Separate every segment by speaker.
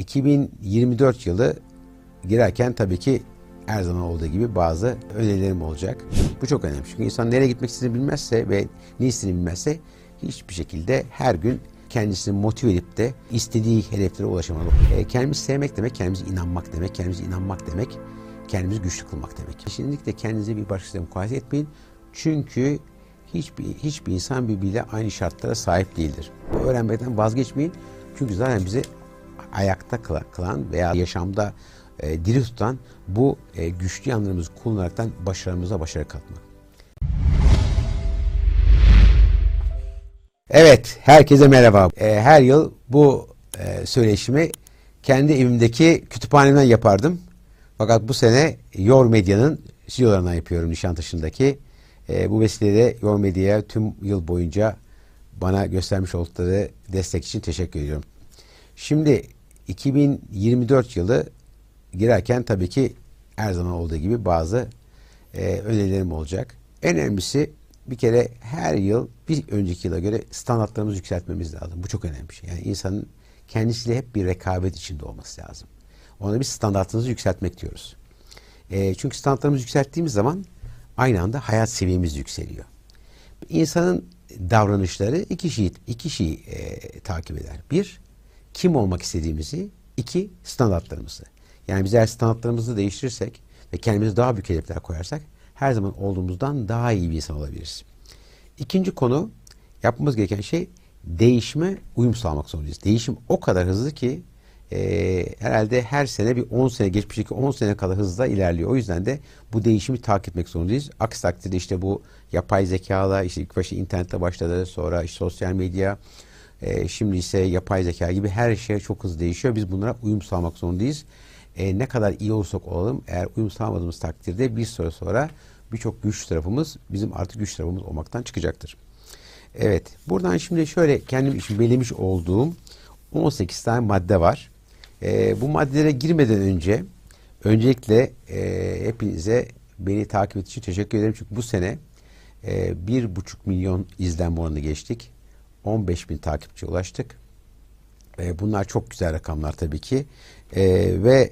Speaker 1: 2024 yılı girerken tabii ki her zaman olduğu gibi bazı önerilerim olacak. Bu çok önemli. Çünkü insan nereye gitmek istediğini bilmezse ve ne istediğini bilmezse hiçbir şekilde her gün kendisini motive edip de istediği hedeflere ulaşamaz. Kendimizi sevmek demek, kendimize inanmak demek, kendimize inanmak demek, kendimizi güçlü kılmak demek. Kesinlikle kendinizi bir başkasıyla mukayese etmeyin. Çünkü hiçbir insan birbiriyle aynı şartlara sahip değildir. Bu öğrenmekten vazgeçmeyin. Çünkü zaten bizi ayakta kılan veya yaşamda diri tutan bu güçlü yanlarımızı kullanaraktan başarımıza başarı katmak. Evet, herkese merhaba. Her yıl bu söyleşimi kendi evimdeki kütüphanemden yapardım. Fakat bu sene Yor Medya'nın stüdyolarından yapıyorum Nişantaşı'ndaki. Bu vesileyle Yor Medya'ya tüm yıl boyunca bana göstermiş oldukları destek için teşekkür ediyorum. Şimdi 2024 yılı girerken tabii ki her zaman olduğu gibi bazı önerilerim olacak. En önemlisi bir kere her yıl bir önceki yıla göre standartlarımızı yükseltmemiz lazım. Bu çok önemli bir şey. Yani insanın kendisiyle hep bir rekabet içinde olması lazım. Ona bir standartımızı yükseltmek diyoruz. Çünkü standartlarımızı yükselttiğimiz zaman aynı anda hayat seviyemiz yükseliyor. İnsanın davranışları iki şeyi takip eder. Bir, kim olmak istediğimizi. İki, standartlarımızı. Yani biz eğer standartlarımızı değiştirirsek ve kendimize daha büyük hedefler koyarsak her zaman olduğumuzdan daha iyi bir insan olabiliriz. İkinci konu, yapmamız gereken şey değişime uyum sağlamak zorundayız. Değişim o kadar hızlı ki herhalde her sene bir 10 sene geçmişteki 10 sene kadar hızla ilerliyor. O yüzden de bu değişimi takip etmek zorundayız. Aksi takdirde işte bu yapay zekalar, işte ilk başta internette başladı, sonra işte sosyal medya, şimdi ise yapay zeka gibi her şey çok hızlı değişiyor. Biz bunlara uyum sağlamak zorundayız. Ne kadar iyi olursak olalım, eğer uyum sağlamadığımız takdirde bir süre sonra birçok güç tarafımız bizim artık güç tarafımız olmaktan çıkacaktır. Evet, buradan şimdi şöyle kendim için belirlemiş olduğum 18 tane madde var. Bu maddelere girmeden önce öncelikle hepinize beni takip ettiğiniz için teşekkür ederim. Çünkü bu sene 1,5 milyon izlenme oranını geçtik. 15 bin takipçi ulaştık. Bunlar çok güzel rakamlar tabii ki. Ve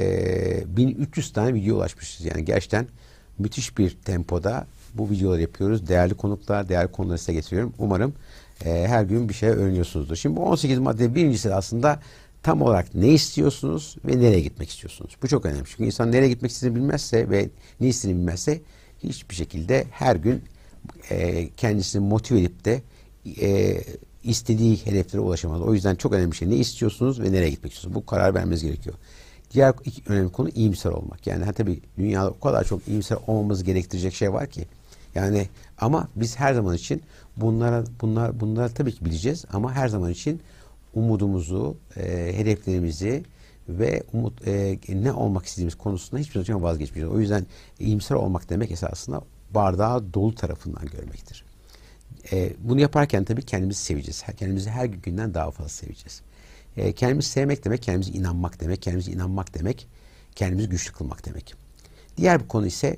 Speaker 1: 1300 tane video ulaşmışız. Yani gerçekten müthiş bir tempoda bu videoları yapıyoruz. Değerli konuklar, değerli konuları size getiriyorum. Umarım her gün bir şey öğreniyorsunuzdur. Şimdi bu 18 madde birincisi aslında tam olarak ne istiyorsunuz ve nereye gitmek istiyorsunuz? Bu çok önemli. Çünkü insan nereye gitmek istediğini bilmezse ve ne istediğini bilmezse hiçbir şekilde her gün kendisini motive edip de istediği hedeflere ulaşamaz. O yüzden çok önemli bir şey. Ne istiyorsunuz ve nereye gitmek istiyorsunuz? Bu karar vermeniz gerekiyor. Diğer iki önemli konu iyimser olmak. Yani tabii dünyada o kadar çok iyimser olmamızı gerektirecek şey var ki. Yani ama biz her zaman için bunlara tabii ki bileceğiz ama her zaman için umudumuzu, hedeflerimizi ve ne olmak istediğimiz konusunda hiçbir zaman vazgeçmeyeceğiz. O yüzden iyimser olmak demek esasında bardağı dolu tarafından görmektir. Bunu yaparken tabii kendimizi seveceğiz. Kendimizi her günden daha fazla seveceğiz. Kendimizi sevmek demek, kendimize inanmak demek, kendimize inanmak demek, kendimizi güçlü kılmak demek. Diğer bir konu ise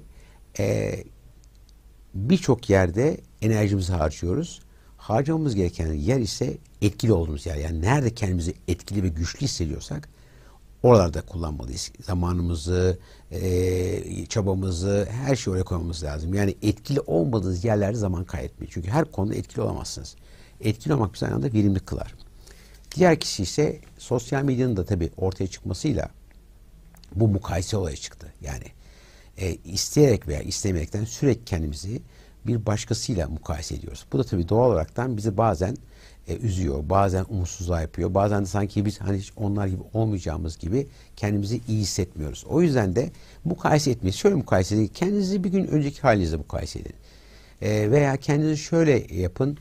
Speaker 1: birçok yerde enerjimizi harcıyoruz. Harcamamız gereken yer ise etkili olduğumuz yer. Yani nerede kendimizi etkili ve güçlü hissediyorsak oralarda kullanmalıyız. Zamanımızı, çabamızı, her şeyi oraya koymamız lazım. Yani etkili olmadığınız yerlerde zaman kaybetmeyin. Çünkü her konuda etkili olamazsınız. Etkili olmak bir anda verimli kılar. Diğer kişi ise sosyal medyanın da tabii ortaya çıkmasıyla bu mukayese olayı çıktı. Yani isteyerek veya istemeyerekten sürekli kendimizi bir başkasıyla mukayese ediyoruz. Bu da tabii doğal olaraktan bizi bazen üzüyor, bazen umutsuzluğa yapıyor, bazen de sanki biz hani hiç onlar gibi olmayacağımız gibi kendimizi iyi hissetmiyoruz. O yüzden de mukayese etmeyiz. Şöyle mukayese edin, kendinizi bir gün önceki halinizle mukayese edin. Veya kendinizi şöyle yapın,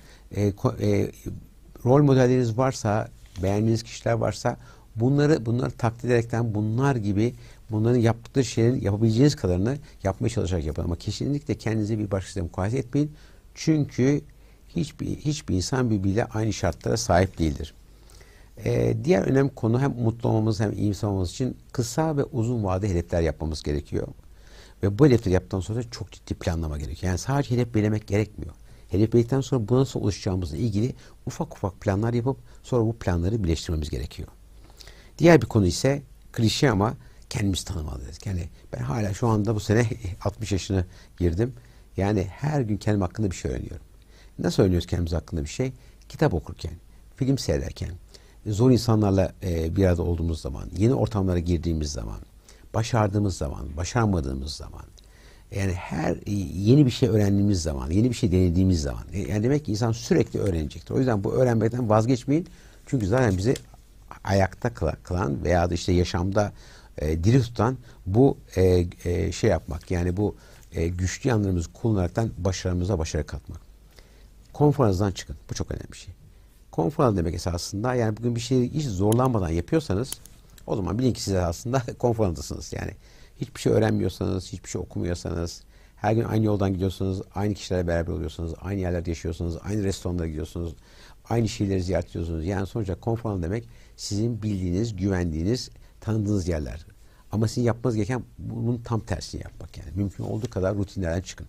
Speaker 1: rol modelleriniz varsa, beğendiğiniz kişiler varsa bunları taklit ederekten bunların yaptıkları şeylerin yapabileceğiniz kadarını yapmaya çalışarak yapın. Ama kesinlikle kendinizi bir başkasıyla mukayese etmeyin. Çünkü hiçbir insan birbiriyle aynı şartlara sahip değildir. Diğer önemli konu hem mutlu olmamız hem iyimser olmamız için kısa ve uzun vade hedefler yapmamız gerekiyor. Ve bu hedefleri yaptıktan sonra çok ciddi planlama gerekiyor. Yani sadece hedef belirlemek gerekmiyor. Hedef belirledikten sonra buna nasıl ulaşacağımızla ilgili ufak ufak planlar yapıp sonra bu planları birleştirmemiz gerekiyor. Diğer bir konu ise klişe ama kendimizi tanımalıyız. Yani ben hala şu anda bu sene 60 yaşına girdim. Yani her gün kendim hakkında bir şey öğreniyorum. Nasıl öğreniyoruz kendimiz hakkında bir şey? Kitap okurken, film seyrederken, zor insanlarla bir arada olduğumuz zaman, yeni ortamlara girdiğimiz zaman, başardığımız zaman, başarmadığımız zaman, yani her yeni bir şey öğrendiğimiz zaman, yeni bir şey denediğimiz zaman, yani demek ki insan sürekli öğrenecektir. O yüzden bu öğrenmekten vazgeçmeyin. Çünkü zaten bizi ayakta kılan veya da işte yaşamda diri tutan bu şey yapmak, yani bu güçlü yanlarımızı kullanaraktan başarımıza başarı katmak. Konforunuzdan çıkın. Bu çok önemli bir şey. Konfor alanı demek esasında, yani bugün bir şeyi hiç zorlanmadan yapıyorsanız o zaman bilin ki siz aslında konfor alanındasınız. Yani hiçbir şey öğrenmiyorsanız, hiçbir şey okumuyorsanız, her gün aynı yoldan gidiyorsanız, aynı kişilerle beraber oluyorsanız, aynı yerlerde yaşıyorsunuz, aynı restoranlara gidiyorsunuz, aynı şeyleri ziyaret ediyorsunuz. Yani sonuçta konfor alanı demek sizin bildiğiniz, güvendiğiniz, tanıdığınız yerler. Ama sizin yapmanız gereken bunun tam tersini yapmak yani. Mümkün olduğu kadar rutinlerden çıkın.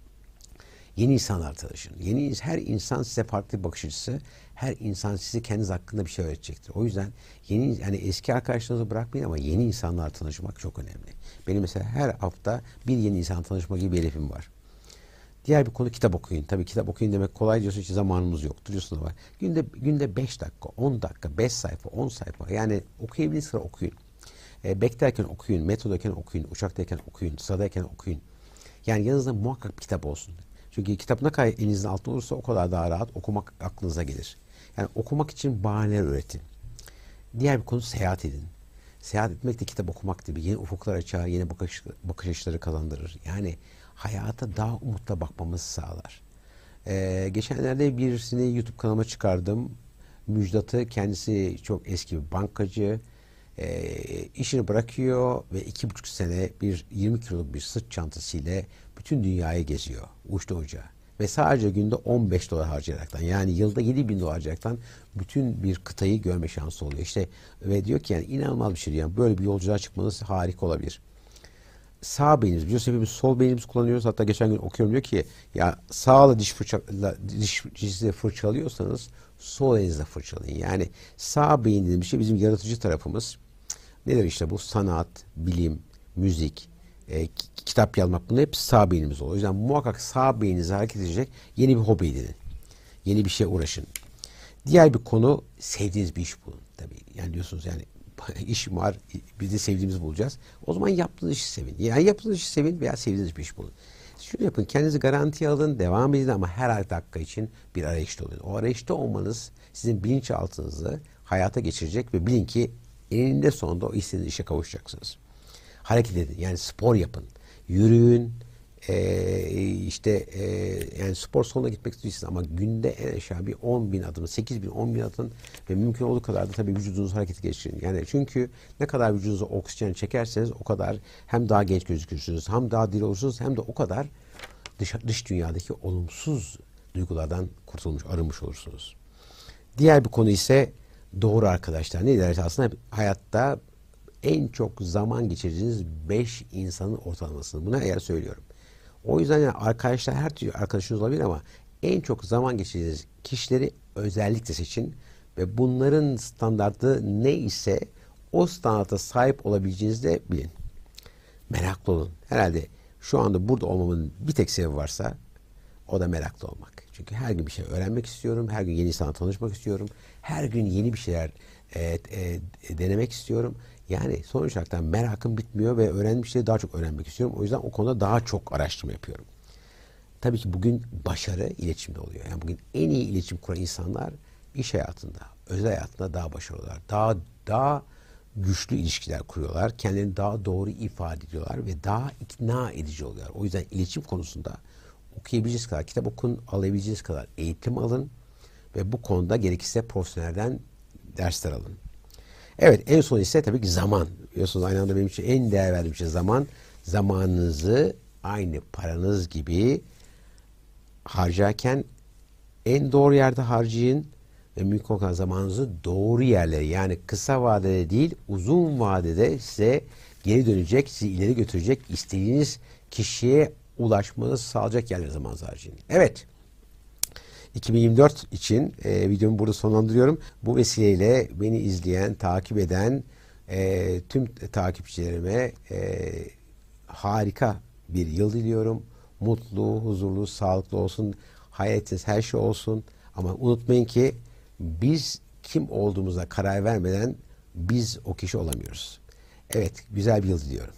Speaker 1: Yeni insanlar tanışın. Her insan size farklı bir bakış açısı. Her insan size kendiniz hakkında bir şey öğretecektir. O yüzden yani eski arkadaşlarınızı bırakmayın ama yeni insanlarla tanışmak çok önemli. Benim mesela her hafta bir yeni insan tanışma gibi bir hedefim var. Diğer bir konu kitap okuyun. Tabii kitap okuyun demek kolay diyorsun, hiç zamanımız yok. Diyorsun var. Günde 5 dakika, 10 dakika, 5 sayfa, 10 sayfa. Yani okuyabilirsiniz, okuyun. Beklerken okuyun, metrodayken okuyun, uçaktayken okuyun, sıradayken okuyun. Yani yanınızda muhakkak bir kitap olsun. Çünkü kitap ne kadar elinizin altında olursa o kadar daha rahat okumak aklınıza gelir. Yani okumak için bahaneler üretin. Diğer bir konu seyahat edin. Seyahat etmek de kitap okumak gibi yeni ufuklar açar, yeni bakış açıları kazandırır. Yani hayata daha umutla bakmamızı sağlar. Geçenlerde birisini YouTube kanalıma çıkardım. Müjdat'ı, kendisi çok eski bir bankacı. İşini bırakıyor ve 2,5 sene 20 kiloluk bir sırt çantasıyla bütün dünyayı geziyor. Uçta uca. Ve sadece günde $15 harcayaraktan, yani yılda $7.000 harcayaraktan bütün bir kıtayı görme şansı oluyor. İşte ve diyor ki yani inanılmaz bir şey. Yani böyle bir yolculuğa çıkmanız harika olabilir. Sağ beynimiz, biliyorsunuz hepimiz sol beynimizi kullanıyoruz. Hatta geçen gün okuyorum, diyor ki ya sağla dişle fırçalıyorsanız sol elinizle fırçalayın. Yani sağ beyin dediğimiz şey bizim yaratıcı tarafımız. Nedir işte bu? Sanat, bilim, müzik, kitap yazmak, bunlar hepsi sağ beynimiz oluyor. O yüzden muhakkak sağ beyninizi hareket edecek yeni bir hobi edinin. Yeni bir şeye uğraşın. Diğer bir konu, sevdiğiniz bir iş bulun. Tabii yani diyorsunuz yani işim var, biz de sevdiğimizi bulacağız. O zaman yaptığınız işi sevin. Yani yaptığınız işi sevin veya sevdiğiniz bir iş bulun. Şunu yapın, kendinizi garantiye alın, devam edin ama her dakika için bir arayışta olun. O arayışta olmanız sizin bilinçaltınızı hayata geçirecek ve bilin ki eninde sonunda o istediğiniz işe kavuşacaksınız. Hareket edin, yani spor yapın, yürüyün, yani spor salonuna gitmek istiyorsunuz ama günde en aşağı bir 10.000 adım, 8.000, 10.000 adım ve mümkün olduğu kadar da tabii vücudunuzu harekete geçirin. Yani çünkü ne kadar vücudunuza oksijen çekerseniz o kadar hem daha genç gözükürsünüz, hem daha diri olursunuz, hem de o kadar dış dünyadaki olumsuz duygulardan kurtulmuş, arınmış olursunuz. Diğer bir konu ise doğru arkadaşlar. Ne derse aslında hayatta en çok zaman geçirdiğiniz 5 insanın ortalamasını. Buna eğer söylüyorum. O yüzden yani arkadaşlar, her türlü arkadaşınız olabilir ama en çok zaman geçirdiğiniz kişileri özellikle seçin ve bunların standartı ne ise o standarta sahip olabileceğinizi de bilin. Meraklı olun. Herhalde şu anda burada olmamın bir tek sebebi varsa o da meraklı olmak. Çünkü her gün bir şey öğrenmek istiyorum. Her gün yeni insanla tanışmak istiyorum. Her gün yeni bir şeyler denemek istiyorum. Yani sonuç olarak merakım bitmiyor ve öğrendiğim şeyleri daha çok öğrenmek istiyorum. O yüzden o konuda daha çok araştırma yapıyorum. Tabii ki bugün başarı iletişimde oluyor. Yani bugün en iyi iletişim kuran insanlar iş hayatında, özel hayatında daha başarılılar. Daha güçlü ilişkiler kuruyorlar. Kendilerini daha doğru ifade ediyorlar ve daha ikna edici oluyorlar. O yüzden iletişim konusunda okuyabileceğiniz kadar kitap okun, alabileceğiniz kadar eğitim alın ve bu konuda gerekirse profesyonelden dersler alın. Evet, en son ise tabii ki zaman. Biliyorsunuz aynı anda benim için en değer verdiğim şey zaman. Zamanınızı aynı paranız gibi harcarken en doğru yerde harcayın ve mümkün olan zamanınızı doğru yerlere, yani kısa vadede değil uzun vadede size geri dönecek, sizi ileri götürecek, istediğiniz kişiye ulaşmanızı sağlayacak yerlere zamanınızı harcayın. Evet. 2024 için videomu burada sonlandırıyorum. Bu vesileyle beni izleyen, takip eden tüm takipçilerime harika bir yıl diliyorum. Mutlu, huzurlu, sağlıklı olsun. Hayal ettiğiniz her şey olsun. Ama unutmayın ki biz kim olduğumuza karar vermeden biz o kişi olamıyoruz. Evet, güzel bir yıl diliyorum.